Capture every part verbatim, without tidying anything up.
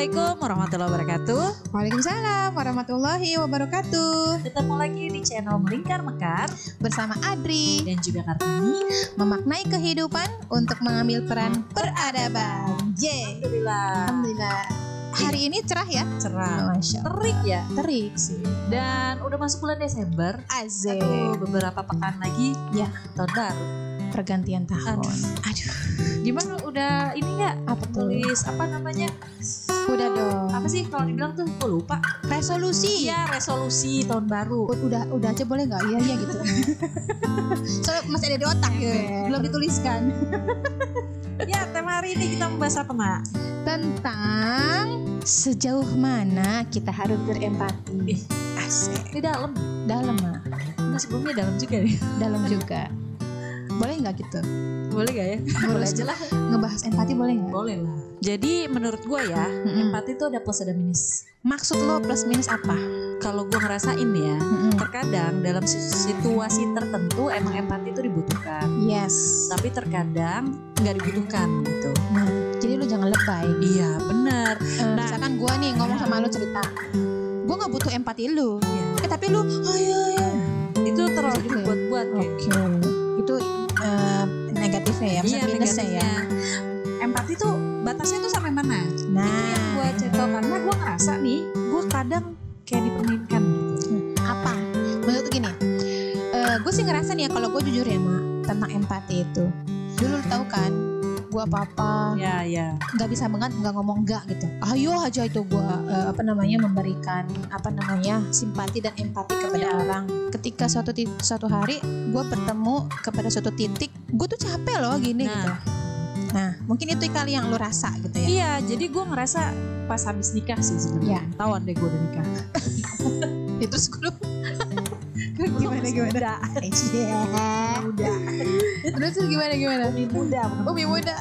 Assalamualaikum warahmatullahi wabarakatuh. Waalaikumsalam warahmatullahi wabarakatuh. Ketemu lagi di channel Melingkar Mekar Bersama Adri dan juga Kartini. memaknai kehidupan untuk mengambil peran peradaban. Yeay. Alhamdulillah. Alhamdulillah. Hari ini cerah ya? Cerah, Masya Allah. terik ya. Terik sih. Dan udah masuk bulan Desember. Azek. Aduh, beberapa pekan lagi Ya. tahun baru. Pergantian tahun. Aduh. Aduh. Gimana udah ini nggak? Apa tuh? Tulis apa namanya? Udah dong. Apa sih kalau dibilang tuh? Gue lupa. Resolusi. Iya, resolusi tahun baru. Udah udah aja boleh nggak? Iya iya gitu. Soalnya masih ada di otak ya. Belum dituliskan. Ya, tema hari ini kita membahas apa, Mak? Tentang sejauh mana kita harus berempati. Ih. Asik. Di dalam. Dalam mah. Nah, sebelumnya dalam juga nih. Dalam juga. Boleh nggak gitu? Boleh gak ya? Boleh aja lah. Ngebahas empati boleh nggak? Boleh lah. Jadi menurut gue ya, Mm-mm. empati itu ada plus ada minus. Maksud lo plus minus apa? Kalau gue ngerasain ya, Mm-mm. terkadang dalam situasi tertentu emang empati itu dibutuhkan. Yes. Tapi terkadang nggak dibutuhkan gitu. Nah, jadi lo jangan lebay. Iya benar. Eh, Nah. misalkan gue nih ngomong sama lo cerita, gue nggak butuh empati lo. Iya. Eh tapi lo, oh iya iya. Itu terlalu Gitu ya? dibuat-buat kayak. Oke. Itu eh, negatifnya ya, Iya, minusnya ya. negatifnya. Empati tuh batasnya tuh sampai mana? Nah, Itu yang gue cerita karena gue ngerasa nih, gue kadang kayak dipermainkan gitu. apa? Menurut gini, gue sih ngerasa nih ya kalau gue jujur ya mak tentang empati itu. Dulu lo tahu kan, gue apa-apa Ya ya. nggak bisa banget nggak ngomong enggak gitu. Ayo aja itu gue eh, apa namanya memberikan apa namanya simpati dan empati kepada Ya. orang. Ketika suatu ti- suatu hari gue bertemu kepada suatu titik, gue tuh capek loh gini Nah. gitu. Nah, mungkin itu kali yang lo rasa gitu ya. Iya, jadi gue ngerasa pas habis nikah sih sebenarnya. Ya. Tahuan deh gue udah nikah. Ya, terus gue Gimana, gimana? Iya. Udah. Terus gimana gimana? Umi muda. Umi muda.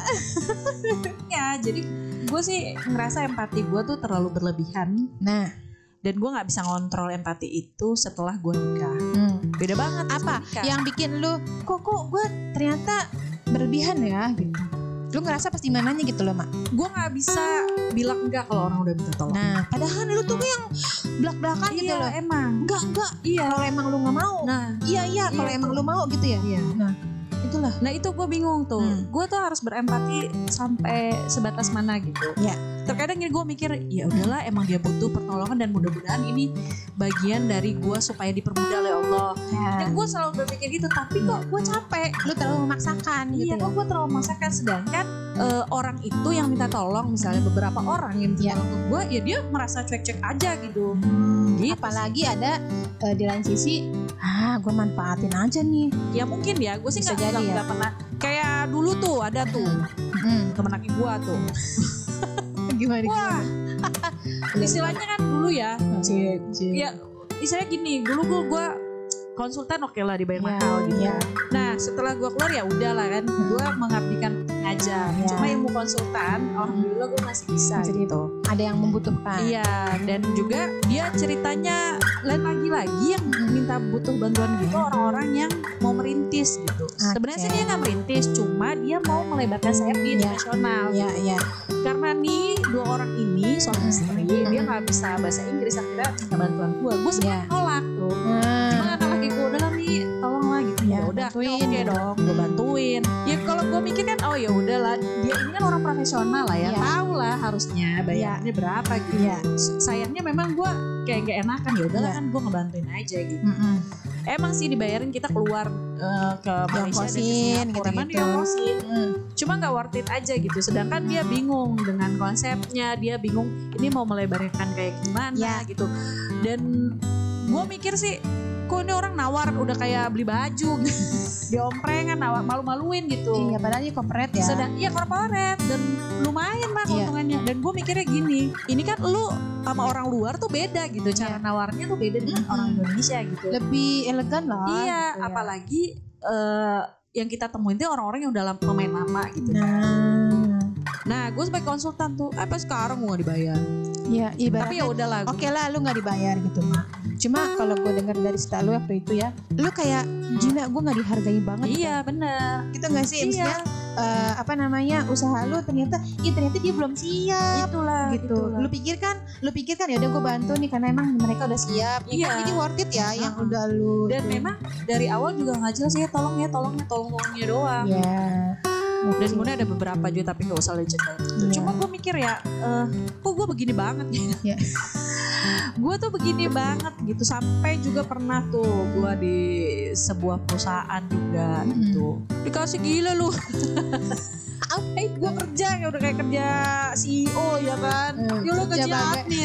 Ya, jadi gue sih ngerasa empati gue tuh terlalu berlebihan. Nah, Dan gue gak bisa ngontrol empati itu setelah gue nikah. hmm. Beda banget. apa setelah nikah. yang bikin lu kok kok gue ternyata berlebihan ya gitu. Lu ngerasa pasti mananya gitu loh mak. Gue gak bisa bilang enggak kalau orang udah minta tolong. Nah, padahal lu tuh yang belak-belakan gitu Iya loh. emang. Enggak enggak. Iya. Kalau emang lu nggak mau. Nah, Iya iya. Kalau Iya, emang tuh. lu mau gitu ya. iya. Itulah. Nah itu gue bingung tuh. Hmm. Gue tuh harus berempati sampai sebatas mana gitu. Ya. Terkadang gini gue mikir, ya udahlah emang dia butuh pertolongan dan mudah-mudahan ini bagian dari gue supaya dipermudah oleh Allah. Ya. Dan gue selalu berpikir gitu, tapi kok gue capek. Lu terlalu memaksakan gitu Iya, ya. kok gue terlalu memaksakan. Sedangkan eh, orang itu yang minta tolong, misalnya beberapa orang yang minta Iya. tolong ke gue, ya dia merasa cuek-cuek aja gitu. Hmm, Gitu apalagi ada eh, di lain sisi, ah gue manfaatin aja nih. Ya mungkin ya, gue sih Bisa nggak jadi nggak- ya. nggak pernah. Kayak dulu tuh ada tuh Hmm. temen laki gue tuh. Gimana? Wah, istilahnya kan dulu ya. Cik, cik. Ya istilahnya gini, dulu gue gue konsultan oke lah dibayar Ya, mahal gitu. ya. Nah setelah gue keluar ya udah lah kan, gue mengabdikan ngajar. Ya. Cuma ilmu konsultan, alhamdulillah gue masih bisa Jadi gitu. ada yang membutuhkan. Iya, dan juga dia ceritanya lain lagi-lagi yang minta butuh bantuan gitu orang-orang yang mau merintis gitu. Sebenarnya sih Oke. dia nggak merintis, cuma dia mau melebarkan sayap di Ya. internasional. Ya ya. Karena nih dua orang ini suami istri, dia nggak bisa bahasa Inggris, akhirnya minta bantuan gue. Gue sebenarnya Ya. nolak tuh. Nah, Cuma kata laki gue, udah lah nih, tolong lah gitu. Ya, Ya udah, bantuin. oke dong, gue bantuin. Ya kalau gue mikir kan, oh ya udahlah, dia ini kan orang profesional lah ya, Ya. tahu lah harusnya bayarnya berapa gitu. Ya. Sayangnya memang gue kayak gak enakan, ya udahlah Ya. kan gue ngebantuin aja gitu. mm-mm. Emang sih dibayarin kita keluar eh, ke Malaysia dan ke Diongkosin, Singapura, emang gitu-gitu. diongkosin. Mm. Cuma nggak worth it aja gitu. Sedangkan dia bingung dengan konsepnya, dia bingung ini mau melebarkan kayak gimana Ya. gitu. Dan gue mikir sih, kok ini orang nawar udah kayak beli baju, diomprengan, nawar malu-maluin gitu. Iya, padahal dia corporate ya. Sedang iya corporate dan lumayan mah Iya. keuntungannya. Dan gue mikirnya gini, ini kan lu sama orang luar tuh beda gitu, cara Iya. nawarnya tuh beda dengan Mm-mm. orang Indonesia gitu. Lebih elegan lah. Iya, gitu ya. apalagi eh, yang kita temuin tuh orang-orang yang udah lam- pemain lama gitu. Nah, Nah, gue sebagai konsultan tuh, apa sekarang gue gak dibayar? ya Tapi ya ibaratnya udahlah. oke lah lu nggak dibayar gitu mak. Cuma kalau gue dengar dari cerita lu waktu itu ya, lu kayak Gina gue nggak dihargai banget. Iya bener. Gitu nggak sih? Iya. Maksudnya eh, apa namanya usaha lu ternyata, iya ternyata dia belum siap. Itulah Gitu. itulah. Lu lu pikir kan ya udah gue bantu nih karena emang mereka udah siap. Iya. Jadi worth it ya yang Uh-uh. udah lu. Dan memang dari awal juga nggak jelas ya tolong ya tolong ya tolong tolongnya doang. Iya. Dan kemudian ada beberapa juga tapi nggak usah diceritain. Iya. Cuma gue mikir ya, eh, kok gue begini banget gitu. Iya. Gue tuh begini banget gitu. Sampai juga pernah tuh gue di sebuah perusahaan juga Mm-mm. gitu. Dikasih gila lu. Apa gue kerja kayak udah kayak kerja C E O ya kan. Hmm, Ya lu kerja kerja bagai. admin.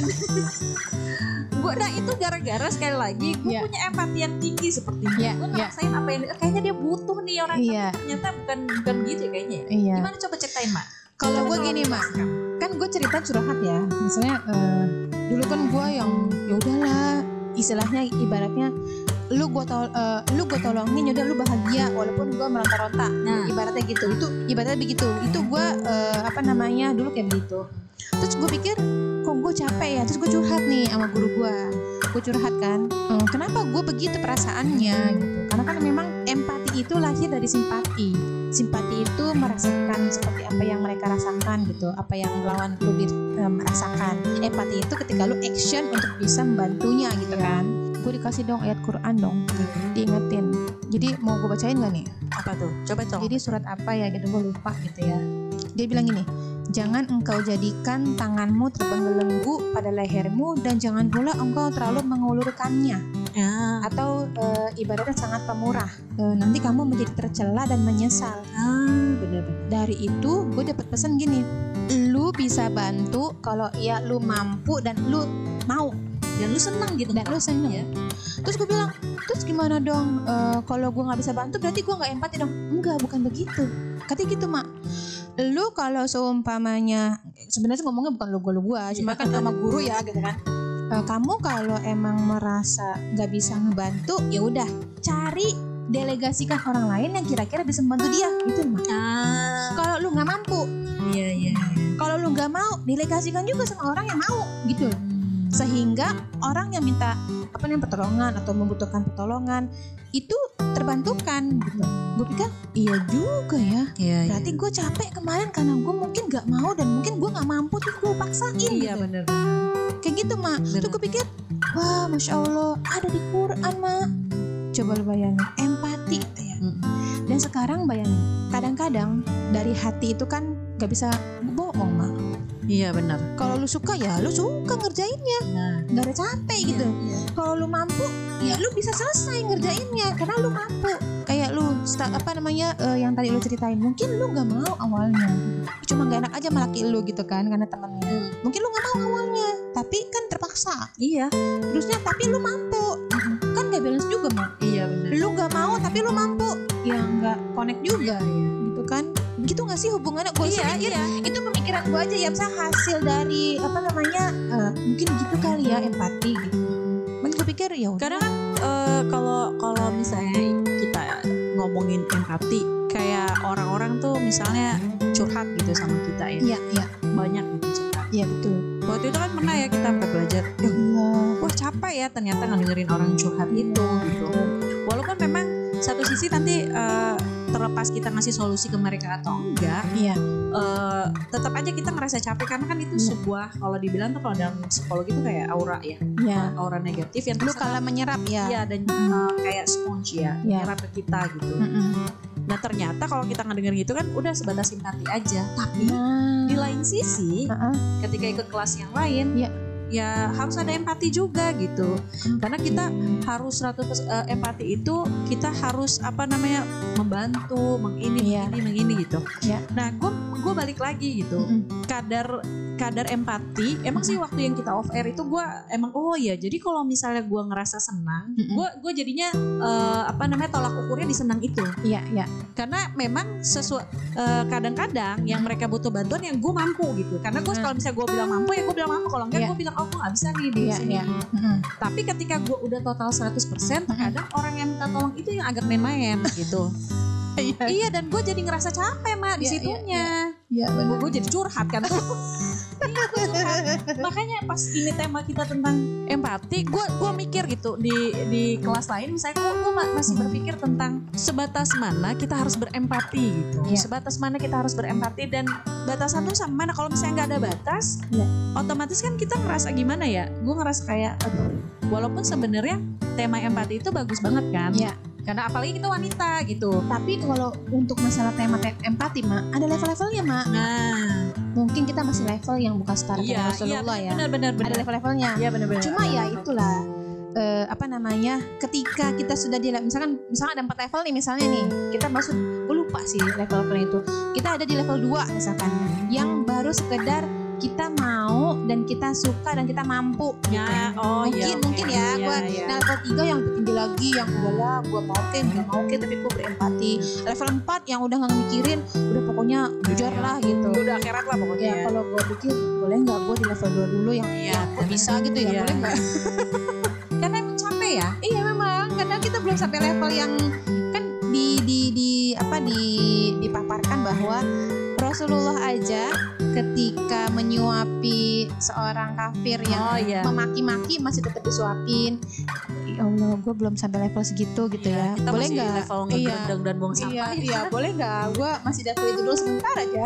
Gue nah itu gara-gara sekali lagi gue Iya. punya empati yang tinggi sepertinya. Iya, Gue iya. ngerasain apa yang kayaknya dia butuh nih orang. Iya. Ternyata bukan bukan gitu ya kayaknya. ya. Iya. Gimana coba ceritain Mak? Kalau gue gini mak, kan gue cerita curhat ya. Misalnya eh, dulu kan gue yang ya udahlah, istilahnya ibaratnya lu gue tol, eh, lu gue tolongin, yaudah lu bahagia walaupun gue meronta-ronta. Nah. Ibaratnya gitu. Itu ibaratnya begitu. Itu gue eh, apa namanya dulu kayak begitu. Terus gue pikir kok gue capek ya. Terus gue curhat nih sama guru gue. Gue curhat kan. "Hmm, kenapa gue begitu perasaannya gitu? Karena kan memang empati itu lahir dari simpati. Simpati itu merasakan seperti apa yang mereka rasakan gitu, apa yang lawan lu um, merasakan. Empati itu ketika lu action untuk bisa membantunya gitu kan. Gue dikasih dong ayat Quran dong, diingetin. Jadi mau gue bacain gak nih? Apa tuh? Coba dong. Jadi surat apa ya gitu, gue lupa gitu ya. Dia bilang gini, jangan engkau jadikan tanganmu terbelenggu pada lehermu dan jangan pula engkau terlalu mengulurkannya. Ya. Atau e, ibaratnya sangat pemurah. E, nanti kamu menjadi tercela dan menyesal. Ah, benar-benar. Dari itu gue dapat pesan gini, lu bisa bantu kalau ya lu mampu dan lu mau Dan lu senang gitu. dan lu seneng. Ya. Terus gue bilang, terus gimana dong e, kalau gue nggak bisa bantu berarti gue nggak empati dong? Enggak, bukan begitu. Katanya gitu mak. Lu kalau seumpamanya sebenarnya ngomongnya bukan lu gue lu gue, cuma kan sama guru ya gitu kan. E, kamu kalau emang merasa nggak bisa ngebantu, ya udah cari delegasikan orang lain yang kira-kira bisa membantu dia gitu mak. Ah, Kalau lu nggak mampu, iya iya. kalau lu nggak mau, delegasikan juga sama orang yang mau gitu. Sehingga orang yang minta apa namanya pertolongan atau membutuhkan pertolongan itu terbantukan gitu. Gue pikir iya juga ya. Iya. Berarti gue capek kemarin karena gue mungkin nggak mau dan mungkin gue nggak mampu tuh gue paksain Iya gitu. benar. Kayak gitu mak. Bener. Tuh gue pikir wah masya Allah ada di Quran mak. Coba lu bayangin empati gitu ya. Dan sekarang bayangin kadang-kadang dari hati itu kan nggak bisa bohong mak. Iya benar. Kalau lu suka ya lu suka ngerjainnya, Nah, nggak ada capek gitu. iya. Kalau lu mampu ya lu bisa selesai ngerjainnya karena lu mampu. Kayak lu sta- apa namanya eh, yang tadi lu ceritain, mungkin lu nggak mau awalnya, cuma nggak enak aja sama laki lu gitu kan karena temennya. Hmm. Mungkin lu nggak mau awalnya, tapi kan terpaksa. Iya. Terusnya tapi lu mampu, kan nggak balance juga mak. Iya benar. Lu nggak mau tapi lu mampu, ya nggak connect juga, gitu kan? Gitu nggak sih hubungannya? Gue Iya, pikir iya. itu pemikiran gue aja ya, bisa hasil dari apa namanya eh, mungkin gitu kali ya empati gitu. Mungkin gue pikir ya udah. Kadang kan eh, kalau kalau misalnya kita ngomongin empati, kayak orang-orang tuh misalnya curhat gitu sama kita ya. Iya iya Banyak gitu curhat. iya betul. Waktu itu kan pernah ya kita sampai belajar, "Duh, Iya. wah capek ya ternyata ngedengerin orang curhat itu gitu. Walaupun memang satu sisi nanti eh, terlepas kita ngasih solusi ke mereka atau enggak, Iya. eh, tetap aja kita ngerasa capek karena kan itu Iya. sebuah, kalau dibilang tuh kalau dalam psikologi itu kayak aura ya, Iya. aura negatif yang Lu terserap- kalah menyerap ya. Iya, dan eh, kayak sponge ya, Iya. menyerap ke kita gitu. Mm-mm. Nah ternyata kalau kita ngedenger gitu kan udah sebatas simpati aja. Tapi Nah. di lain sisi, Uh-uh. ketika ikut kelas yang lain, Iya. ya harus ada empati juga gitu. Karena kita harus seratus persen eh, empati itu kita harus apa namanya membantu, mengini, Iya. mengini, mengini gitu. Iya. Nah, gue gue balik lagi gitu. Mm-mm. Kadar kadar empati, emang sih waktu yang kita off air itu gue emang oh ya, jadi kalau misalnya gue ngerasa senang, Mm-mm. gue gue jadinya eh, apa namanya tolak ukurnya di senang itu. Iya iya. Karena memang sesuai kadang-kadang yang mereka butuh bantuan yang gue mampu gitu. Karena gue Hmm. kalau misalnya gue bilang mampu ya gue bilang mampu, kalau enggak Iya. gue bilang oh gue nggak bisa nih di Iya sini. iya. Mm-mm. Tapi ketika gue udah total seratus persen, terkadang orang yang minta tolong itu yang agak main-main gitu. Iya. Iya, dan gue jadi ngerasa capek mak di Iya, iya, situnya. Iya benar. Gue jadi curhat kan. Iya, gue curhat. Makanya pas ini tema kita tentang empati, gue gue mikir gitu di di kelas lain, misalnya gue, gue masih berpikir tentang sebatas mana kita harus berempati gitu. Iya. Sebatas mana kita harus berempati dan batasan tuh sama mana. Kalau misalnya nggak ada batas, Iya. otomatis kan kita ngerasa gimana ya? Gue ngerasa kayak, aduh, walaupun sebenarnya tema empati itu bagus banget kan. Iya. Karena apalagi kita wanita gitu. Tapi kalau untuk masalah tema te- empati mak, ada level-levelnya mak. Nah, Mungkin kita masih level yang bukan setara iya, dengan Rasulullah iya, ya. benar-benar Ada benar. level-levelnya. Iya benar-benar. Cuma ya itulah eh, apa namanya? Ketika kita sudah di misalkan misalkan ada empat level nih misalnya nih, kita masuk gue lupa sih level-level itu. Kita ada di level dua misalkan yang baru sekedar kita mau dan kita suka dan kita mampu. Ya, oh mungkin iya, mungkin oke. ya Iya, gue iya. nah level tiga yang lebih tinggi lagi yang udahlah gue mau ke nggak mau ke tapi gue berempati. Level empat yang udah nggak mikirin udah pokoknya ujar lah gitu. Udah akhirat lah pokoknya. Ya kalau gue pikir boleh nggak gue di level dua dulu yang Iya, yang gue bisa gitu ya iya. boleh nggak? Karena emang capek ya. Iya memang karena kita belum sampai level yang kan di di di apa di dipaparkan bahwa Rasulullah aja ketika menyuapi seorang kafir yang Oh iya. memaki-maki masih tetap disuapin. Ya Allah, gue belum sampai level segitu gitu ya. Kita Boleh masih nggak? level Iya. ngegendeng dan buang Iya, sampah. iya, boleh nggak? Gue masih level itu dulu sebentar aja.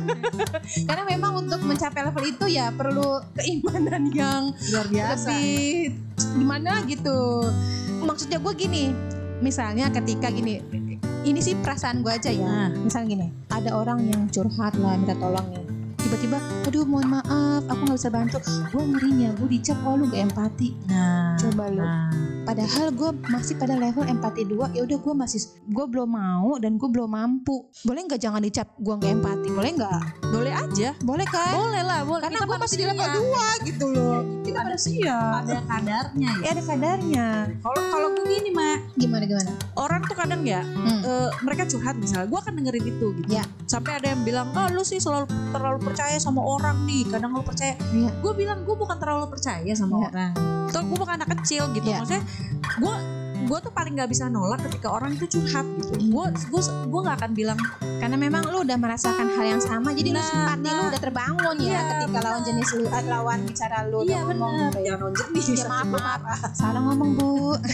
Karena memang untuk mencapai level itu ya perlu keimanan yang Luar biasa. lebih gimana gitu. Maksudnya gue gini, misalnya ketika gini, ini sih perasaan gue aja ya. Nah. Misalnya gini, ada orang yang curhat lah minta tolong nih. Tiba-tiba, aduh mohon maaf, aku nggak bisa bantu. Gue ngerinya, gue dicap, oh lu gak empati. Nah, Coba lu. nah. Padahal gue masih pada level empati dua. Ya udah gue masih, gue belum mau dan gue belum mampu. Boleh nggak jangan dicap gue nggak empati? Boleh nggak? Boleh aja. Boleh kan? Boleh lah, boleh. Karena Kita gue masih di level manusia. dua gitu loh. Kita Ada- manusia. Ada kadarnya ya. Ya ada kadarnya. Kalau kalau gue gini Mak, Gimana gimana? orang tuh kadang ya Hmm. eh, mereka curhat misalnya, gue akan dengerin itu gitu. Ya. Sampai ada yang bilang, oh lu sih selalu terlalu percaya sama orang nih. Kadang lu percaya. Iya. Gue bilang gue bukan terlalu percaya sama Ya. orang. Tuh gue bukan anak kecil gitu. Ya. Maksudnya gue gue tuh paling nggak bisa nolak ketika orang itu curhat gitu. Gue gue gue nggak akan bilang Karena memang lu udah merasakan hal yang sama, jadi lu Nah, simpati lu nah. udah terbangun ya Iya, ketika lawan benar. jenis lu, eh, lawan bicara lu iya udah ngomong benar. gitu ya. Jangan jenis. Ya maaf maaf, salah ngomong bu.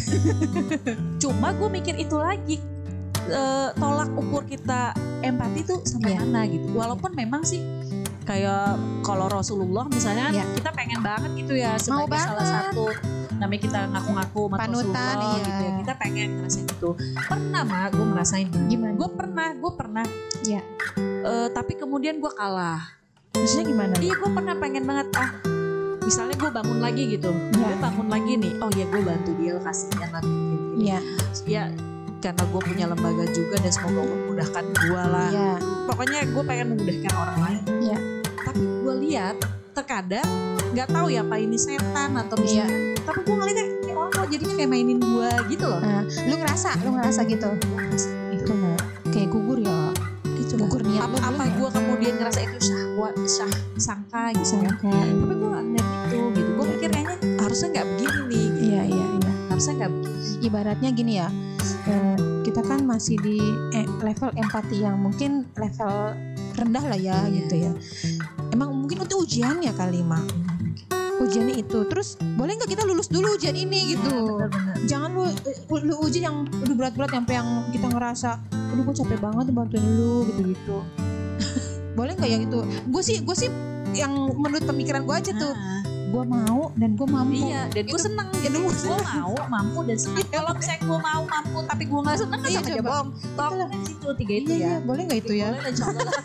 Cuma gue mikir itu lagi. Eh, tolak ukur kita empati tuh sampai Iya. mana gitu. Walaupun memang sih kayak kalau Rasulullah misalnya Iya. kita pengen banget gitu ya sebagai banget. salah satu namanya kita ngaku-ngaku sama Panutan, Rasulullah iya. gitu ya. Kita pengen ngerasain itu. Pernah mah gue ngerasain. Gimana? Gue pernah, gue pernah. Iya. Eh, tapi kemudian gue kalah. Maksudnya gimana? Iya gue pernah pengen banget ah. Misalnya gue bangun lagi gitu. Iya. Gue bangun lagi nih. Oh ya gue bantu dia kasihan lah gitu. Iya. Ya karena gue punya lembaga juga dan semoga memudahkan gue lah. Iya. Pokoknya gue pengen memudahkan orang lain. Iya. Tapi gue lihat terkadang nggak tahu ya apa ini setan atau Iya. misalnya. Tapi gue ngeliatnya kayak orang kok jadinya kayak mainin gue gitu loh. Nah, lu ngerasa, lu ngerasa gitu. Itu nggak kayak gugur ya. Gitu Gugur niat apa, lu apa belum gue ya? kemudian ngerasa itu syahwat, syah, sangka gitu ya. Sangka. Tapi gue nggak ngeliat itu gitu. Gue mikir kayaknya harusnya nggak begini nih. Gitu. Iya iya iya. Harusnya nggak begini. Ibaratnya gini ya. eh, kita kan masih di eh, level empati yang mungkin level rendah lah ya Iya. gitu ya. Emang mungkin itu ujiannya kali mak. Ujiannya itu. Terus boleh nggak kita lulus dulu ujian ini gitu. Benar-benar. Jangan lu, lu uji yang udah berat-berat sampai yang kita ngerasa aduh gue capek banget bantuin lu gitu-gitu. Boleh nggak yang itu? Gue sih gue sih yang menurut pemikiran gue aja tuh, Ah, gue mau dan gue mampu. iya, dan gue Itu- seneng. ya dulu Gue mau, mampu dan seneng. Kalau misalnya gue mau, mampu, tapi gue nggak seneng kan Iya, sama aja coba. bohong. Tolong di situ tiga itu Iya, ya. iya, boleh nggak itu ya? Boleh lah, insya Allah lah.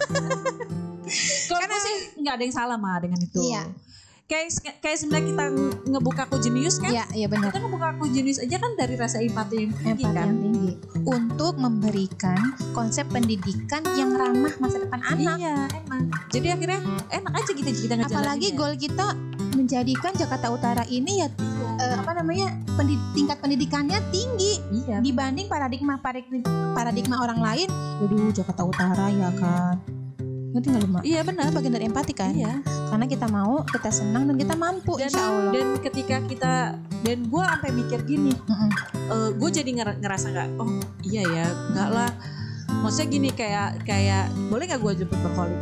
Kalau gue sih nggak ada yang salah mah dengan itu. Iya. Kayak kayak sebenarnya kita ngebuka aku jenius kan? Iya, iya benar. Kita ngebuka aku jenius aja kan dari rasa empati yang tinggi Empati kan? yang tinggi untuk memberikan konsep pendidikan yang ramah masa depan anak. Iya, emang. Jadi akhirnya enak aja gitu kita ngejalaninnya. Apalagi goal kita menjadikan Jakarta Utara ini ya eh, apa namanya pendid- tingkat pendidikannya tinggi Iya. dibanding paradigma paradigma, paradigma orang lain. Aduh Jakarta Utara ya kan. Ngerti nggak lu mak? Iya benar. Itu bagian dari empati kan? Iya. Karena kita mau, kita senang dan kita mampu Dan, insya Allah. dan ketika kita dan gue sampai mikir gini, Mm-mm. gue jadi nger- ngerasa nggak, oh iya ya, nggak lah. Maksudnya gini kayak kayak boleh nggak gue jemput berholik?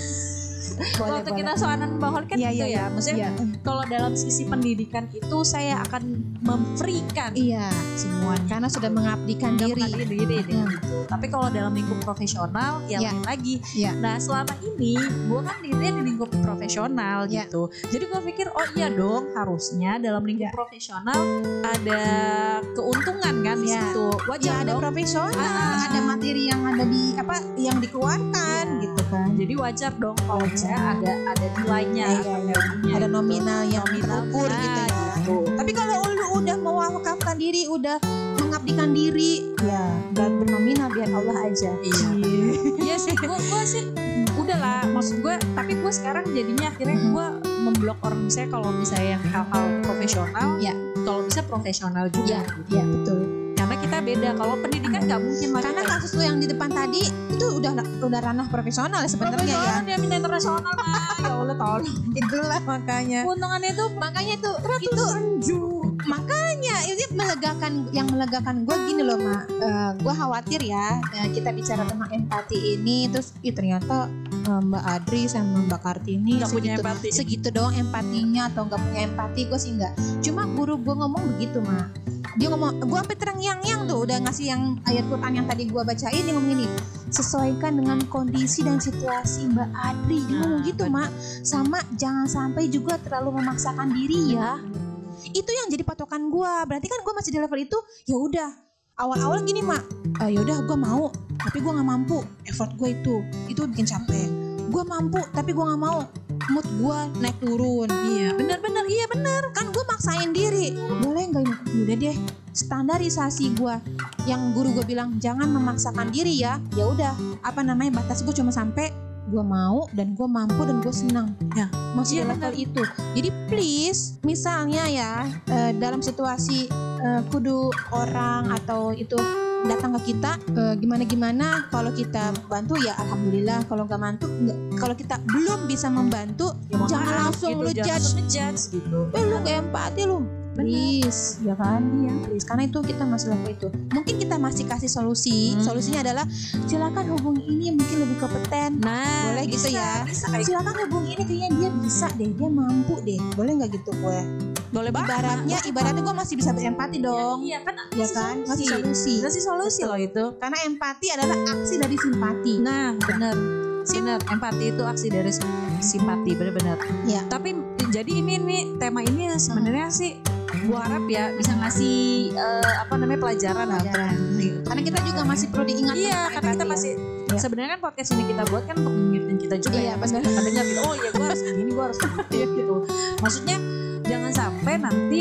Boleh, Waktu boleh. kita soalan berholik kan Iya, gitu iya, ya. Maksudnya Iya. kalau dalam sisi pendidikan itu saya akan memberikan Iya. semuanya. Karena sudah mengabdikan Nggak diri. mengabdi diri dengan Hmm. gitu. Tapi kalau dalam lingkup profesional ya Iya. lain lagi. Iya. Nah selama ini gue kan dirinya di lingkup profesional Iya. gitu. Jadi gue pikir oh iya dong harusnya dalam lingkup Iya. profesional ada keuntungan kan di Iya. situ. Ya Wajar ada dong. profesional, Ah. ada materi yang ada di apa yang dikeluarkan Iya. gitu kan. Jadi wajar dong kalau misalnya ada ada nilainya, Iya, atau iya. value-nya Ada gitu. nominal yang Nominal, terukur nah, gitu ya. gitu. Tapi kalau lu udah mewakafkan diri, udah mengabdikan diri, ya gak bernominal biar Allah aja. Iya. Iya sih, gue gue sih udahlah. Maksud gue, tapi gue sekarang jadinya akhirnya Mhm. gue memblok orang misalnya kalau misalnya yang hal-hal profesional, Iya. kalau bisa profesional juga. Iya, gitu. iya betul. Karena kita beda. Kalau pendidikan nggak mungkin lagi. Karena kayak kasus lu yang di depan tadi itu udah udah ranah profesional ya sebenarnya ya. profesional dia minta internasional mah. Ya Allah tolong. Itulah makanya. Keuntungannya itu Makanya tuh itu makanya itu melegakan yang melegakan gue gini loh mak, gue khawatir ya eh, kita bicara tentang empati ini terus ih, ternyata eh, Mbak Adri sama Mbak Kartini nggak punya segitu, empati. segitu doang empatinya atau nggak punya empati. Gue sih nggak, cuma guru gue ngomong begitu mak, dia ngomong gue sampai terang-yang-yang tuh udah ngasih yang ayat Quran yang tadi gue bacain, dia ngomong ini sesuaikan dengan kondisi dan situasi Mbak Adri, dia ngomong Nah, gitu mak. Sama jangan sampai juga terlalu memaksakan diri ya. Itu yang jadi patokan gue. Berarti kan gue masih di level itu. Ya udah. Awal-awal gini mak. Uh, ya udah gue mau. Tapi gue nggak mampu. Effort gue itu. Itu bikin capek. Gue mampu. Tapi gue nggak mau. Mood gue naik turun. Iya, benar-benar. Iya benar. Kan gue maksain diri. Boleh nggak ini? Udah deh. Standarisasi gue. Yang guru gue bilang jangan memaksakan diri ya. Ya udah. Apa namanya batas gue cuma sampai gue mau dan gue mampu dan gue senang Ya, masih iya di level itu. Jadi please misalnya ya eh, dalam situasi eh, kudu orang atau itu datang ke kita eh, gimana-gimana, kalau kita bantu ya alhamdulillah, kalau nggak bantu nggak, kalau kita belum bisa membantu Ya, mohon jangan maaf langsung gitu, lu jangan judge. langsung ngejudge gitu. Eh, lu gak empati lu. Please, ya kan? Iya, please. Karena itu kita masih level itu. Mungkin kita masih kasih solusi. Hmm. Solusinya adalah silakan hubungi ini yang mungkin lebih kompeten. Nah, Boleh gitu bisa, ya. Bisa kayak Silakan hubungi ini kayaknya dia bisa deh, dia mampu deh. Boleh nggak gitu gue? boleh banget. Ibaratnya, ibaratnya gue masih bisa berempati dong. Iya kan, Ya kan? Ngasih solusi. Ngasih solusi loh itu. Karena empati adalah aksi dari simpati. Nah, benar. Benar, empati itu aksi dari simpati, benar-benar. Ya. Tapi jadi ini nih tema ini sebenarnya sih gua harap ya bisa ngasih eh, apa namanya pelajaran lah. Pelajaran. Karena kita juga masih perlu diingat. Iya, tentang karena kita empati ya. masih Iya. sebenarnya kan podcast ini kita buat kan untuk mengingatkan kita juga Iya, ya. Pas benar. kita dengar gitu, oh iya gua harus begini, gua harus begitu gitu. Maksudnya jangan sampai nanti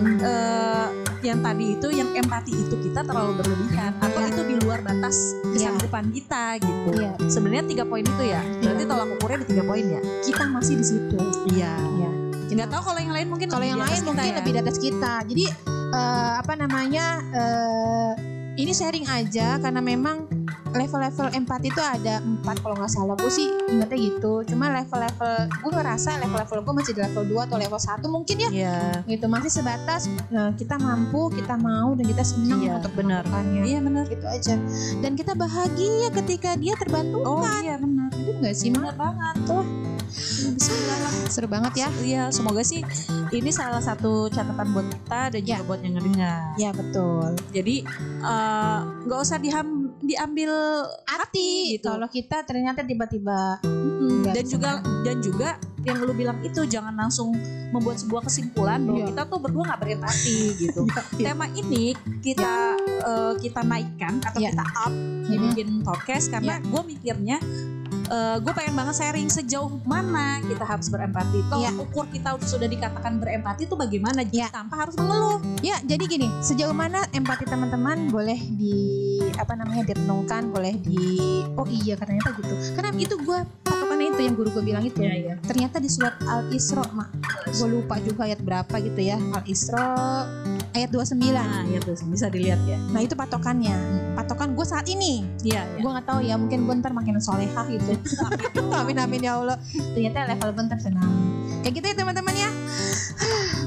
eh, yang tadi itu yang empati itu kita terlalu berlebihan atau Iya. itu di luar batas kesanggupan kita gitu. Iya. Sebenarnya tiga poin itu ya. Berarti tolak ukurnya di tiga poin ya. Kita masih di situ. Iya. Iya. Nggak tahu kalau yang lain mungkin Kalau lebih yang di atas lain kita mungkin ya. lebih di atas kita. Jadi eh, apa namanya? eh, ini sharing aja karena memang level-level empati itu ada empat kalau nggak salah. Gue sih ingatnya gitu. Cuma level-level gue ngerasa level-level gue masih di level dua atau level satu mungkin ya. Iya. Gitu masih sebatas eh, kita mampu, kita mau dan kita senang Iya, untuk benar. melakukannya. Iya benar. Gitu aja. Dan kita bahagia ketika dia terbantukan. Oh iya benar. Itu enggak sih, Mak? Benar banget tuh. Bismillah lah. Seru banget ya. Iya, semoga sih ini salah satu catatan buat kita dan juga Ya. buat yang ngedengar. Ya betul. Jadi eh, nggak usah diham, diambil Hati gitu. kalau kita ternyata tiba-tiba Mm-mm. Nggak dan bisa. juga dan juga yang lu bilang itu jangan langsung membuat sebuah kesimpulan bahwa Iya. kita tuh berdua nggak berempati gitu. Tema ini kita eh, kita naikkan atau Iya. kita up dibikin podcast karena gue mikirnya gue pengen banget sharing sejauh mana kita harus berempati. Tolak Iya. ukur kita sudah dikatakan berempati itu bagaimana Iya. tanpa harus mengeluh. Ya, jadi gini, sejauh mana empati teman-teman boleh di apa namanya direnungkan, boleh di oh iya ternyata gitu. Karena itu gue patokannya itu yang guru gue bilang itu. Iya, iya. Ternyata di surat Al-Isra, Mak. Gue lupa juga ayat berapa gitu ya. Al-Isra ayat dua puluh sembilan. Nah, ya tuh bisa dilihat ya. Nah, itu patokannya. Patokan gue saat ini. Iya, iya. Gue nggak tahu ya, mungkin gue ntar makin solehah gitu. Amin amin ya Allah. Ternyata level gue ntar senang. Kayak gitu ya teman-teman ya.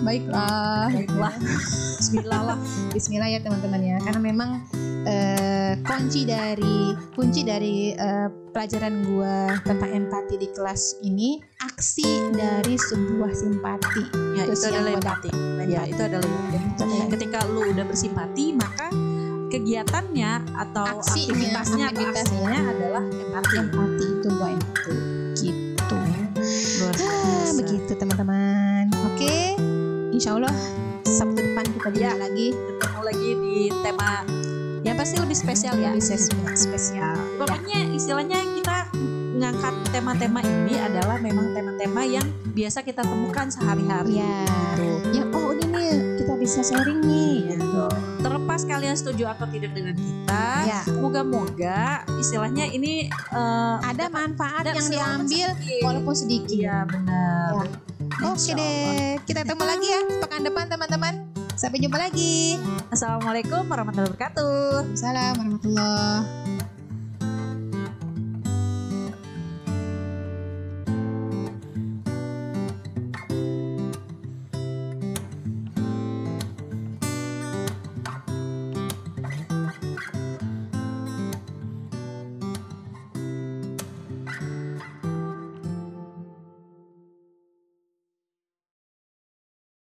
baiklah. Baiklah. Bismillah lah. Bismillah ya teman-teman ya. Karena memang uh, kunci dari kunci dari uh, pelajaran gua tentang empati di kelas ini aksi dari sebuah simpati. Ya, itu yang adalah gua empati. dapat. Ya, itu adalah empati. Ketika lu udah bersimpati, maka kegiatannya atau Aksinya, aktivitasnya atau aktivitasnya aksinya adalah empati. Empati itu gua empati. Gitu. Luar Ah, biasa. begitu teman-teman. Oke, insya Allah Sabtu depan kita Ya. jumpa lagi. Ketemu lagi di tema yang pasti lebih spesial ya. Lebih spesial. spesial. Pokoknya istilahnya kita ngangkat tema-tema ini adalah memang tema-tema yang biasa kita temukan sehari-hari. Ya, Gitu. ya oh ini nih kita bisa sharing nih. Gitu. Terlepas kalian setuju atau tidak dengan kita, Ya. moga-moga istilahnya ini eh, Ada manfaat ada yang walaupun diambil sedikit. walaupun sedikit. Iya benar. Ya. Oke Insya deh, kita ketemu lagi ya pekan depan teman-teman. Sampai jumpa lagi. Assalamualaikum warahmatullahi wabarakatuh. Waalaikumsalam warahmatullahi